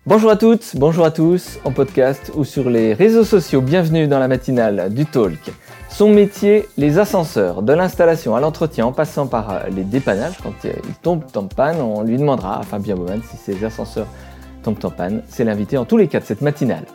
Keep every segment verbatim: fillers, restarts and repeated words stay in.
Bonjour à toutes, bonjour à tous, en podcast ou sur les réseaux sociaux, bienvenue dans la matinale du Talk. Son métier, les ascenseurs, de l'installation à l'entretien en passant par les dépannages. Quand ils tombent en panne, on lui demandera à Fabien Baumann si ces ascenseurs tombent en panne. C'est l'invité en tous les cas de cette matinale.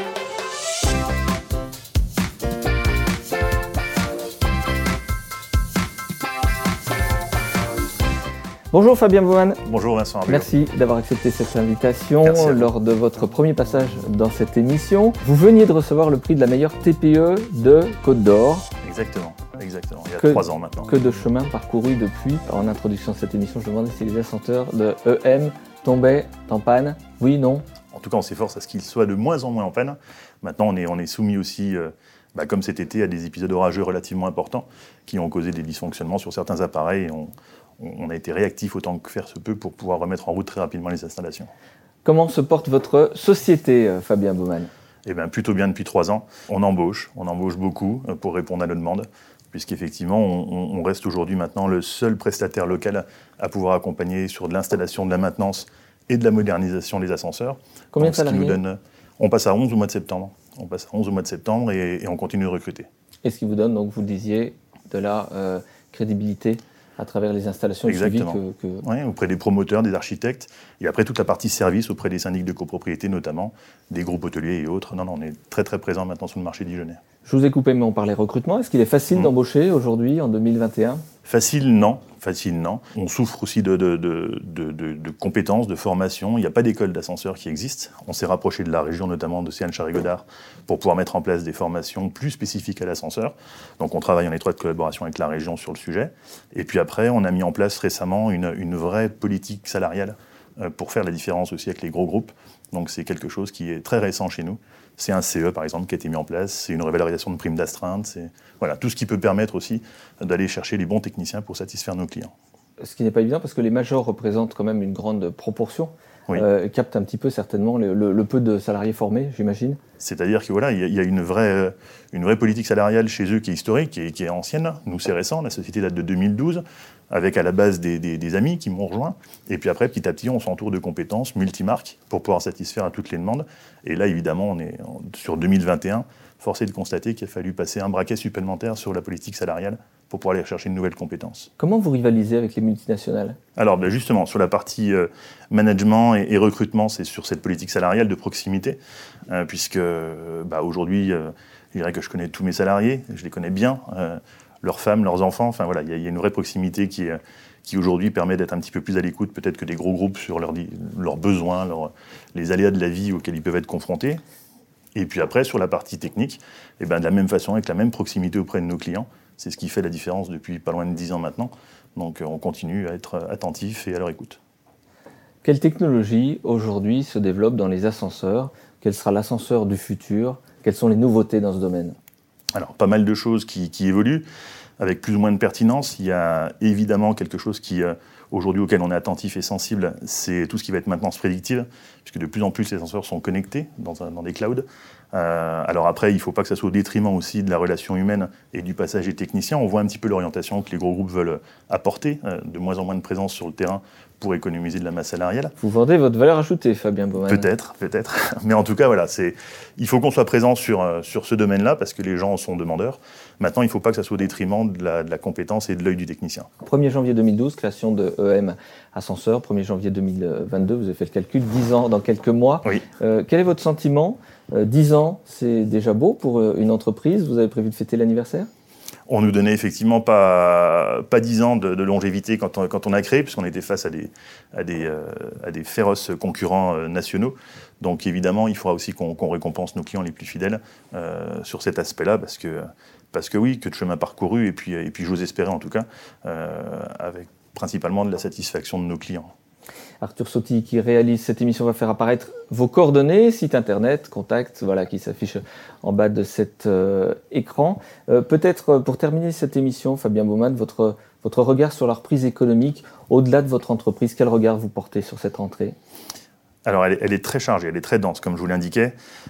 Bonjour Fabien Baumann. Bonjour Vincent Arbulot. Merci d'avoir accepté cette invitation Merci lors de votre premier passage dans cette émission. Vous veniez de recevoir le prix de la meilleure T P E de Côte d'Or. Exactement, exactement. Il y a que, trois ans maintenant. Que de chemin parcouru depuis. En introduction de cette émission, je demandais si les ascenseurs de E M tombaient en panne. Oui, non? En tout cas, on s'efforce à ce qu'ils soient de moins en moins en panne. Maintenant, on est, on est soumis aussi, euh, bah, comme cet été, à des épisodes orageux relativement importants qui ont causé des dysfonctionnements sur certains appareils. Et on, on a été réactifs autant que faire se peut pour pouvoir remettre en route très rapidement les installations. Comment se porte votre société, Fabien Baumann? Eh bien, plutôt bien depuis trois ans. On embauche, on embauche beaucoup pour répondre à nos demandes, puisqu'effectivement, on, on reste aujourd'hui maintenant le seul prestataire local à pouvoir accompagner sur de l'installation, de la maintenance et de la modernisation des ascenseurs. Combien Donc, de salariés? ce qui nous donne, On passe à onze au mois de septembre. On passe à onze au mois de septembre et, et on continue de recruter. Et ce qui vous donne, donc, vous le disiez, de la euh, crédibilité à travers les installations Exactement. suivies que, que... Oui, auprès des promoteurs, des architectes, et après toute la partie service auprès des syndics de copropriété notamment, des groupes hôteliers et autres. Non, non, on est très très présent maintenant sur le marché dijonnais. Je vous ai coupé, mais on parlait recrutement. Est-ce qu'il est facile mmh. d'embaucher aujourd'hui, en deux mille vingt et un? Facile, non. Facile, non. On souffre aussi de, de, de, de, de, de compétences, de formation. Il n'y a pas d'école d'ascenseurs qui existe. On s'est rapproché de la région, notamment de C N Charry-Godard, pour pouvoir mettre en place des formations plus spécifiques à l'ascenseur. Donc on travaille en étroite collaboration avec la région sur le sujet. Et puis après, on a mis en place récemment une, une vraie politique salariale pour faire la différence aussi avec les gros groupes. Donc c'est quelque chose qui est très récent chez nous. C'est un C E, par exemple, qui a été mis en place. C'est une revalorisation de primes d'astreinte. C'est voilà, tout ce qui peut permettre aussi d'aller chercher les bons techniciens pour satisfaire nos clients. Ce qui n'est pas évident parce que les majors représentent quand même une grande proportion. Oui. Euh, captent un petit peu certainement le, le, le peu de salariés formés, j'imagine. C'est-à-dire qu'il voilà, y a, y a une, vraie, une vraie politique salariale chez eux qui est historique et qui est ancienne. Nous, c'est récent. La société date de deux mille douze, avec à la base des, des, des amis qui m'ont rejoint. Et puis après, petit à petit, on s'entoure de compétences multimarques pour pouvoir satisfaire à toutes les demandes. Et là, évidemment, on est sur deux mille vingt et un. Force est de constater qu'il a fallu passer un braquet supplémentaire sur la politique salariale pour pouvoir aller chercher une nouvelle compétence. Comment vous rivalisez avec les multinationales? Alors ben justement, sur la partie euh, management et, et recrutement, c'est sur cette politique salariale de proximité, euh, puisque euh, bah, aujourd'hui, euh, je dirais que je connais tous mes salariés, je les connais bien, euh, leurs femmes, leurs enfants, enfin voilà, il y, y a une vraie proximité qui, est, qui aujourd'hui permet d'être un petit peu plus à l'écoute peut-être que des gros groupes sur leurs, leurs besoins, leurs, les aléas de la vie auxquels ils peuvent être confrontés. Et puis après, sur la partie technique, eh ben, de la même façon, avec la même proximité auprès de nos clients. C'est ce qui fait la différence depuis pas loin de dix ans maintenant. Donc on continue à être attentif et à leur écoute. Quelle technologie aujourd'hui se développe dans les ascenseurs? Quel sera l'ascenseur du futur? Quelles sont les nouveautés dans ce domaine? Alors pas mal de choses qui, qui évoluent, avec plus ou moins de pertinence. Il y a évidemment quelque chose qui, euh, aujourd'hui, auquel on est attentif et sensible, c'est tout ce qui va être maintenance prédictive, puisque de plus en plus les ascenseurs sont connectés dans, un, dans des clouds. Euh, alors après, il ne faut pas que ça soit au détriment aussi de la relation humaine et du passager technicien. On voit un petit peu l'orientation que les gros groupes veulent apporter, euh, de moins en moins de présence sur le terrain pour économiser de la masse salariale. Vous vendez votre valeur ajoutée, Fabien Baumann. Peut-être, peut-être. Mais en tout cas, voilà, c'est, il faut qu'on soit présent sur, euh, sur ce domaine-là parce que les gens en sont demandeurs. Maintenant, il ne faut pas que ça soit au détriment de la, de la compétence et de l'œil du technicien. premier janvier deux mille douze, création de E M Ascenseur. premier janvier deux mille vingt-deux, vous avez fait le calcul, dix ans dans quelques mois. Oui. Euh, quel est votre sentiment? euh, dix ans, c'est déjà beau pour euh, une entreprise. Vous avez prévu de fêter l'anniversaire? On nous donnait effectivement pas, pas dix ans de, de longévité quand on, quand on a créé, puisqu'on était face à des, à des, euh, à des féroces concurrents euh, nationaux. Donc évidemment, il faudra aussi qu'on, qu'on récompense nos clients les plus fidèles euh, sur cet aspect-là, parce que, parce que oui, que de chemin parcouru, et puis, et puis j'ose espérer en tout cas, euh, avec principalement de la satisfaction de nos clients. Arthur Sauty, qui réalise cette émission, va faire apparaître vos coordonnées, site internet, contact, voilà, qui s'affiche en bas de cet euh, écran. Euh, peut-être pour terminer cette émission, Fabien Baumann, votre, votre regard sur la reprise économique, au-delà de votre entreprise, quel regard vous portez sur cette rentrée? Alors, elle est, elle est très chargée, elle est très dense, comme je vous l'indiquais.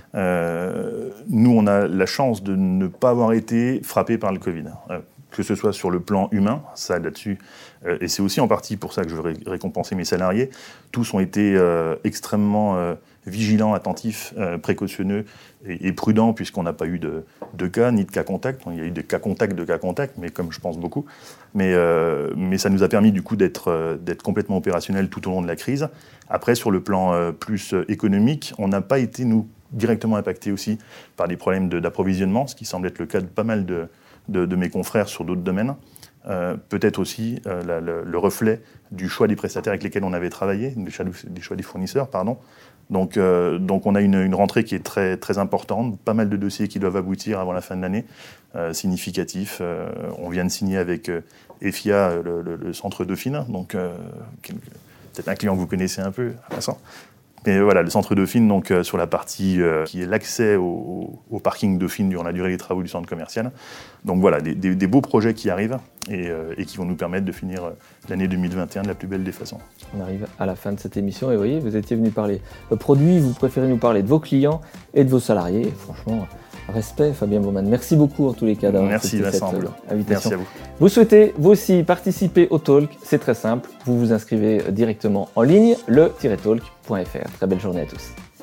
Euh, nous, on a la chance de ne pas avoir été frappés par le Covid. Euh, que ce soit sur le plan humain, ça là-dessus, euh, et c'est aussi en partie pour ça que je veux ré- récompenser mes salariés, tous ont été euh, extrêmement euh, vigilant, attentif, euh, précautionneux et, et prudent, puisqu'on n'a pas eu de, de cas, ni de cas contacts. Il y a eu des cas contacts, de cas contacts, mais comme je pense beaucoup. Mais, euh, mais ça nous a permis du coup d'être, euh, d'être complètement opérationnel tout au long de la crise. Après, sur le plan euh, plus économique, on n'a pas été, nous, directement impacté aussi par des problèmes de, d'approvisionnement, ce qui semble être le cas de pas mal de, de, de mes confrères sur d'autres domaines. Euh, peut-être aussi euh, la, le, le reflet du choix des prestataires avec lesquels on avait travaillé, des choix, des, choix des fournisseurs, pardon. Donc, euh, donc on a une, une rentrée qui est très, très importante, pas mal de dossiers qui doivent aboutir avant la fin de l'année, euh, significatifs. Euh, on vient de signer avec euh, E F I A, le, le, le centre Dauphine, donc euh, peut-être un client que vous connaissez un peu, à passant. Mais voilà, le centre Dauphine, donc euh, sur la partie euh, qui est l'accès au, au parking Dauphine durant la durée des travaux du centre commercial. Donc voilà, des, des, des beaux projets qui arrivent et, euh, et qui vont nous permettre de finir euh, l'année deux mille vingt et un de la plus belle des façons. On arrive à la fin de cette émission et vous voyez, vous étiez venu parler de produits, vous préférez nous parler de vos clients et de vos salariés. Et franchement, respect Fabien Baumann. Merci beaucoup en tous les cas d'avoir Merci Vincent. cette euh, invitation. Merci à vous. Vous souhaitez vous aussi participer au Talk, c'est très simple, vous vous inscrivez directement en ligne, le tiret talk point f r. Très belle journée à tous.